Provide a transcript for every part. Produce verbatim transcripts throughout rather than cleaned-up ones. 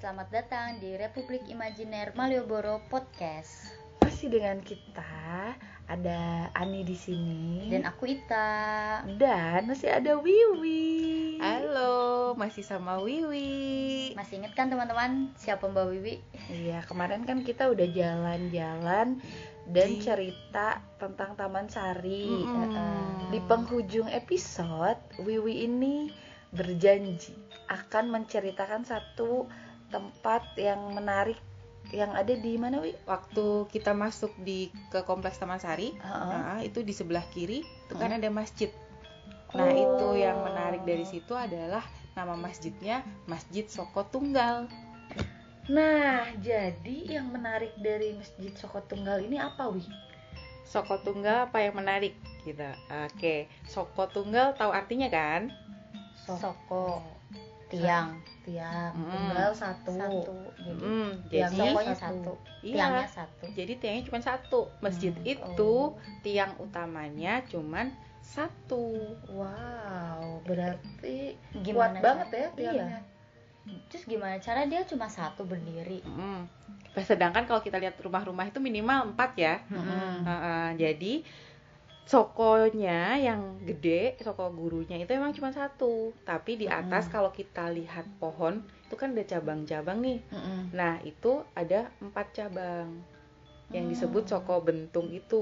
selamat datang di Republik Imajiner Malioboro Podcast. Masih dengan kita ada Ani di sini Dan aku Ita. dan masih ada Wiwi. Halo, masih sama Wiwi. Masih ingat kan teman-teman siapa Mbak Wiwi? Iya, kemarin kan kita udah jalan-jalan dan Di- cerita tentang Taman Sari. Mm-mm. Eh, Di penghujung episode, Wiwi ini berjanji akan menceritakan satu tempat yang menarik yang ada di mana, Wi? Waktu kita masuk di ke kompleks Taman Sari, Heeh. nah, itu di sebelah kiri itu kan Mm. ada masjid. Nah, Oh. itu yang menarik dari situ adalah nama masjidnya Masjid Soko Tunggal. Nah, jadi yang menarik dari Masjid Soko Tunggal ini apa, Wi? Soko Tunggal apa yang menarik? Gitu. Oke, Soko Tunggal tahu artinya kan? Soko, tiang, Tiang, Mm. tunggal satu. satu. Jadi Hmm, Tiang jadi sokonya satu. satu, iya. tiangnya satu. Jadi tiangnya cuma satu. Masjid Hmm, itu oh. tiang utamanya cuman satu. Wow, berarti Gimana kuat banget ya cara- tiangnya. Iya. Terus gimana cara dia cuma satu berdiri? Mm. Sedangkan kalau kita lihat rumah-rumah itu minimal empat ya. Mm-mm. Heeh, jadi sokonya yang gede, soko gurunya itu emang cuma satu. Tapi di atas Mm. kalau kita lihat pohon itu kan ada cabang-cabang nih. Mm-mm. Nah itu ada empat cabang yang Hmm. disebut soko bentung itu.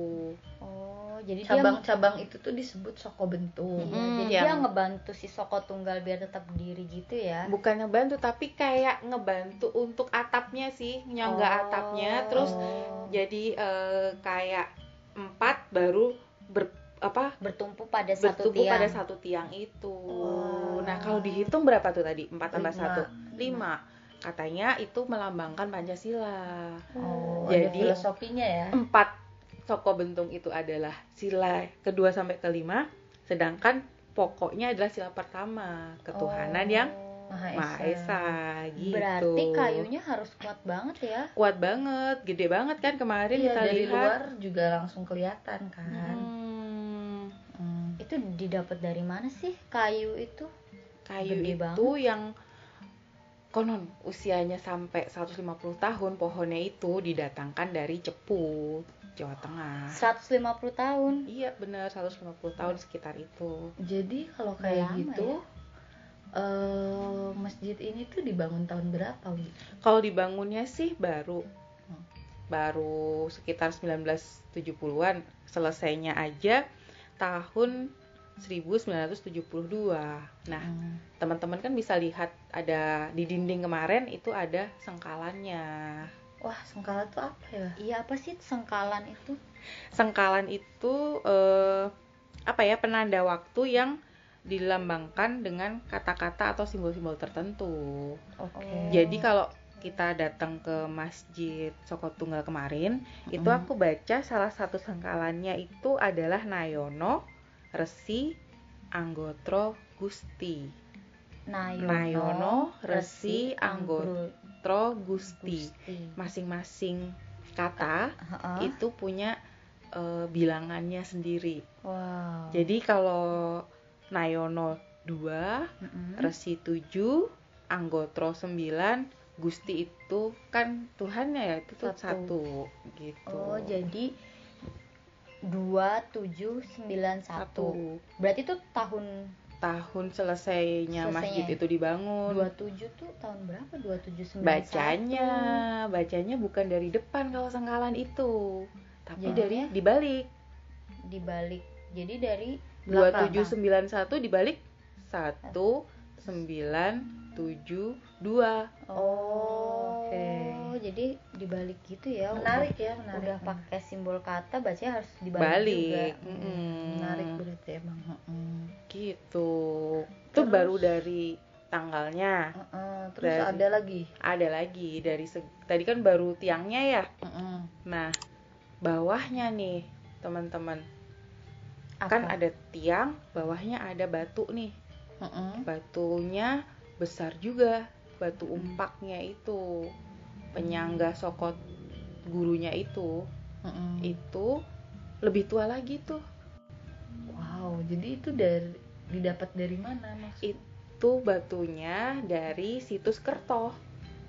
Oh, jadi Cabang-cabang itu tuh disebut Soko dia Bentung. iya, Mm, jadi yang- dia ngebantu si Soko Tunggal biar tetap berdiri gitu ya. Bukan ngebantu tapi kayak ngebantu untuk atapnya sih, nyangga Oh. atapnya. Terus Oh. jadi eh, kayak empat baru ber apa Bertumpu pada satu bertumpu tiang. pada satu tiang itu. Oh. Nah kalau dihitung berapa tuh tadi? empat tambah Lima. satu lima. Katanya itu melambangkan Pancasila. Oh, Jadi- ada filosofinya ya. Empat soko bentung itu adalah sila kedua sampai kelima, sedangkan pokoknya adalah sila pertama, ketuhanan yang Maha Esa. Maha Esa gitu. Berarti kayunya harus kuat banget ya. kuat banget, gede banget kan kemarin Iya, kita dari lihat. luar juga langsung kelihatan kan. Hmm, Hmm. Itu didapat dari mana sih kayu itu? kayu Gede itu yang konon usianya sampai seratus lima puluh tahun, pohonnya itu didatangkan dari Cepu, Jawa Tengah. seratus lima puluh tahun. Iya benar, seratus lima puluh tahun sekitar itu. Jadi kalau Udah kayak lama gitu, eh, masjid ini tuh dibangun tahun berapa, Wi? Kalau dibangunnya sih baru Hmm. baru sekitar sembilan belas tujuh puluhan, selesainya aja tahun seribu sembilan ratus tujuh puluh dua. Nah, Hmm. teman-teman kan bisa lihat ada di dinding kemarin itu ada sengkalannya. Wah, sengkala tuh apa ya? Iya, apa sih sengkalan itu? Sengkalan itu eh, apa ya, penanda waktu yang dilambangkan dengan kata-kata atau simbol-simbol tertentu. Oke. Oh. Jadi kalau kita datang ke Masjid Soko Tunggal kemarin, itu Mm-mm. aku baca salah satu sengkalannya itu adalah Nayono Resi Anggotro Gusti. Nayono, Nayono, Resi, Anggru- Tro Gusti. Gusti. Masing-masing kata Heeh. itu punya eh, bilangannya sendiri. Wow. Jadi kalau Nayono dua, Mm-mm. Resi tujuh, Anggotro sembilan, Gusti itu kan Tuhannya ya, itu tuh Satu. satu gitu. Oh, jadi dua tujuh sembilan satu. Berarti itu tahun Tahun selesainya, Selesainya. masjid itu dibangun. dua puluh tujuh tuh tahun berapa? dua tujuh sembilan satu. Bacanya, bacanya bukan dari depan kalau sengkalan itu, tapi Jadinya? dari dibalik. Dibalik. Jadi dari dua belakang. tujuh sembilan satu dibalik satu sembilan tujuh dua. Oh, Oke. jadi dibalik gitu ya. Menarik Udah, ya, menarik. udah pakai simbol kata, bacanya harus dibalik Balik. juga. Mm-mm. Menarik berarti emang. Mm-mm. Gitu. Itu Terus? baru dari tanggalnya. Mm-mm. Terus Dari- ada lagi. Ada lagi dari seg- tadi kan baru tiangnya ya. Mm-mm. Nah, bawahnya nih, teman-teman. Apa? Kan ada tiang, bawahnya ada batu nih. Mm-mm. Batunya besar juga, batu umpaknya itu. Penyangga sokot gurunya itu, Mm-mm. itu lebih tua lagi tuh. Wow, jadi itu dari didapat dari mana maksudnya? Itu batunya dari situs Kerto.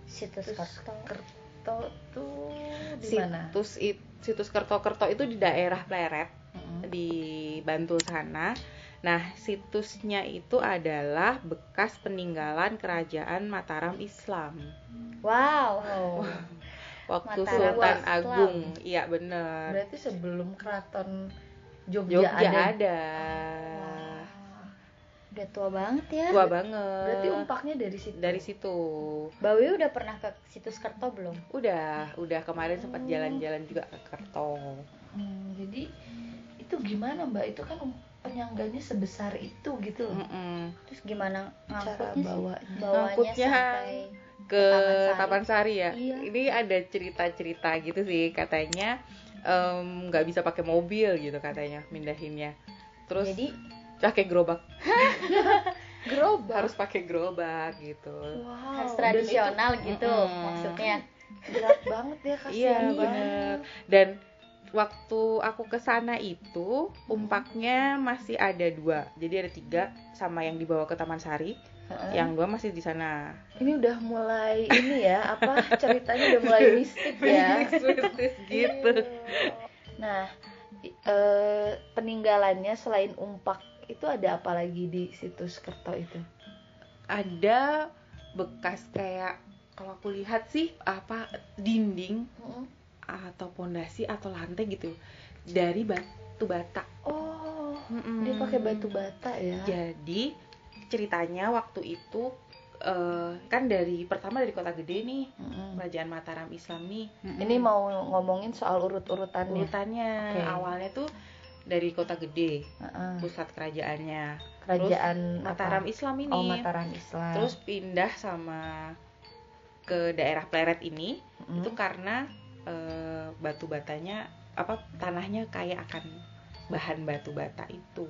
Situs Kerto. Kerto tuh di mana? Situs it, situs Kerto-Kerto itu di daerah Pleret, Mm-mm. di Bantul sana. Nah, situsnya itu adalah bekas peninggalan kerajaan Mataram Islam. Wow. Oh, Waktu Mataram Sultan Islam. Agung, iya bener. berarti sebelum keraton Jogja, Jogja ada. ada. Wah, Udah tua banget ya. Tua banget. berarti umpaknya dari situ. Dari situ. Bawi udah pernah ke situs Kerto belum? Udah, udah kemarin sempat Oh. jalan-jalan juga ke Kerto. Hmm, jadi itu gimana Mbak? Itu kan um- penyangganya sebesar itu gitu loh. Mm-mm. Terus gimana Cara ngangkutnya sih? bawanya. Bawanya Ngangkutnya sampai Ke Taman Taman Sari ya. Iya. Ini ada cerita-cerita gitu sih, katanya em, nggak bisa pakai mobil gitu katanya mindahinnya. Terus Jadi pakai gerobak, Gerobak. harus pakai gerobak gitu. Wow. harus dan tradisional gitu Mm-mm. maksudnya. itu berat banget ya, kasihan Iya banget. bener. Dan waktu aku ke sana itu umpaknya masih ada dua, jadi ada tiga sama yang dibawa ke Taman Sari, Heeh. yang dua masih di sana. Ini udah mulai ini ya, apa ceritanya udah mulai mistik ya. Mistis gitu. Nah, i- eh, peninggalannya selain umpak itu ada apa lagi di situs Kerto itu? Ada bekas kayak, kalau aku lihat sih apa, dinding atau pondasi atau lantai gitu dari batu bata. Oh, Mm-mm. dia pakai batu bata ya. Jadi ceritanya waktu itu eh, kan dari pertama dari Kota Gede nih, Mm-mm. kerajaan Mataram Islam nih. Ini mau ngomongin soal urut-urutannya. Urutannya Oke. awalnya tuh dari Kota Gede, Heeh. pusat kerajaannya. Kerajaan Mataram apa? Islam ini. Oh, Mataram Islam. Terus pindah sama ke daerah Pleret ini Mm-mm. itu karena eh, batu batanya apa tanahnya kaya akan bahan batu bata itu.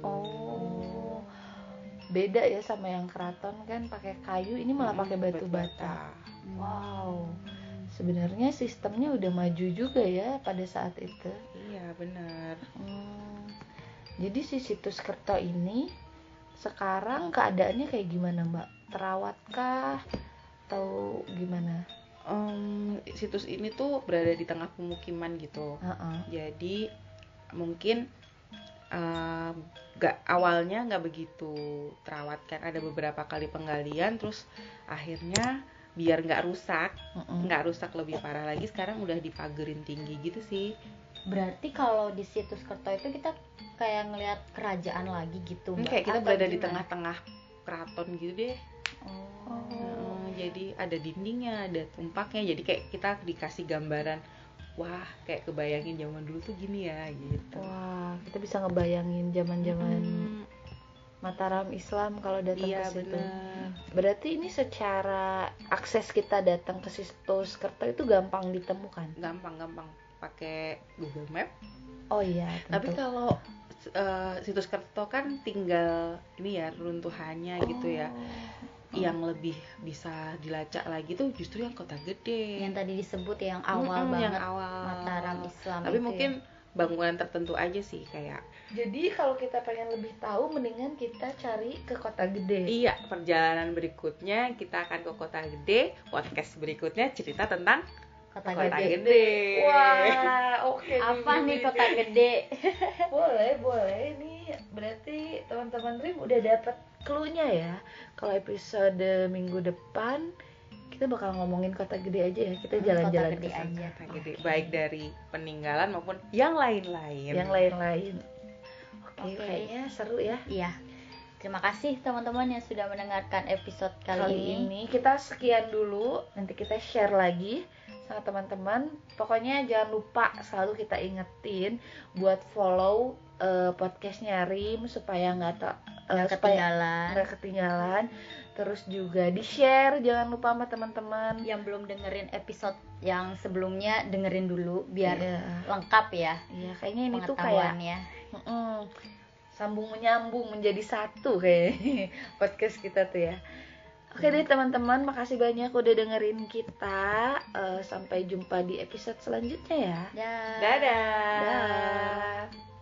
Oh, beda ya sama yang keraton kan pakai kayu, ini malah pakai Mm-mm, batu bata. Wow, sebenarnya sistemnya udah maju juga ya pada saat itu. Iya benar. Hmm, jadi si situs Kerto ini sekarang keadaannya kayak gimana Mbak? Terawatkah atau gimana? Em, situs ini tuh berada di tengah pemukiman gitu. Heeh. Jadi mungkin em, nggak awalnya nggak begitu terawat kan, ada beberapa kali penggalian, terus akhirnya biar nggak rusak, Mm-mm. nggak rusak lebih parah lagi, sekarang udah dipagerin tinggi gitu sih. Berarti kalau di situs Kerto itu kita kayak ngelihat kerajaan lagi gitu, Ini Mbak? kayak kita Atau berada di gimana? tengah-tengah keraton gitu deh. Oh. Heeh, jadi ada dindingnya, ada tumpaknya, jadi kayak kita dikasih gambaran, wah kayak kebayangin zaman dulu tuh gini ya gitu. Wah, kita bisa ngebayangin zaman-zaman Mm, Mataram Islam kalau datang iya ke situ. bener. Berarti ini secara akses kita datang ke situs Kerto itu gampang ditemukan. Gampang-gampang pakai Google Map. Oh iya, Tapi tentu. kalau eh, situs Kerto kan tinggal ini ya runtuhannya gitu ya. Oh. Yang lebih bisa dilacak lagi tuh justru yang Kota Gede. Yang tadi disebut ya, yang awal Mm-mm, banget yang awal. Mataram Islam Tapi itu mungkin ya. bangunan tertentu aja sih kayak. Jadi kalau kita pengen lebih tahu, mendingan kita cari ke Kota Gede. Iya, perjalanan berikutnya kita akan ke Kota Gede. Podcast berikutnya cerita tentang Kota Kota Gede. Gede. Wah, oke. Apa nih Kota Gede? Boleh, boleh. Ini berarti teman-teman Rim udah dapet clue-nya ya. Kalau episode minggu depan kita bakal ngomongin Kota Gede aja ya. Kita Hmm, jalan-jalan Kota Gede ke sana. aja. Kota Gede, baik dari peninggalan maupun yang lain-lain. Yang lain-lain. Oke, Oke. kayaknya seru ya. Iya. Terima kasih teman-teman yang sudah mendengarkan episode kali, Kali ini. ini kita sekian dulu. Nanti kita share lagi sama teman-teman. Pokoknya jangan lupa selalu kita ingetin buat follow eh, podcastnya Rim supaya nggak ta- eh, Nggak supaya ketinggalan. nggak ketinggalan. Terus juga di share, jangan lupa sama teman-teman. Yang belum dengerin episode yang sebelumnya, dengerin dulu biar Iya, lengkap ya iya, kayaknya ini tuh kayak pengetahuannya. mm-mm, sambung menyambung menjadi satu kayak podcast kita tuh ya. Oke deh teman-teman, makasih banyak udah dengerin kita. Eh, sampai jumpa di episode selanjutnya ya. Dah. Dadah. Dah.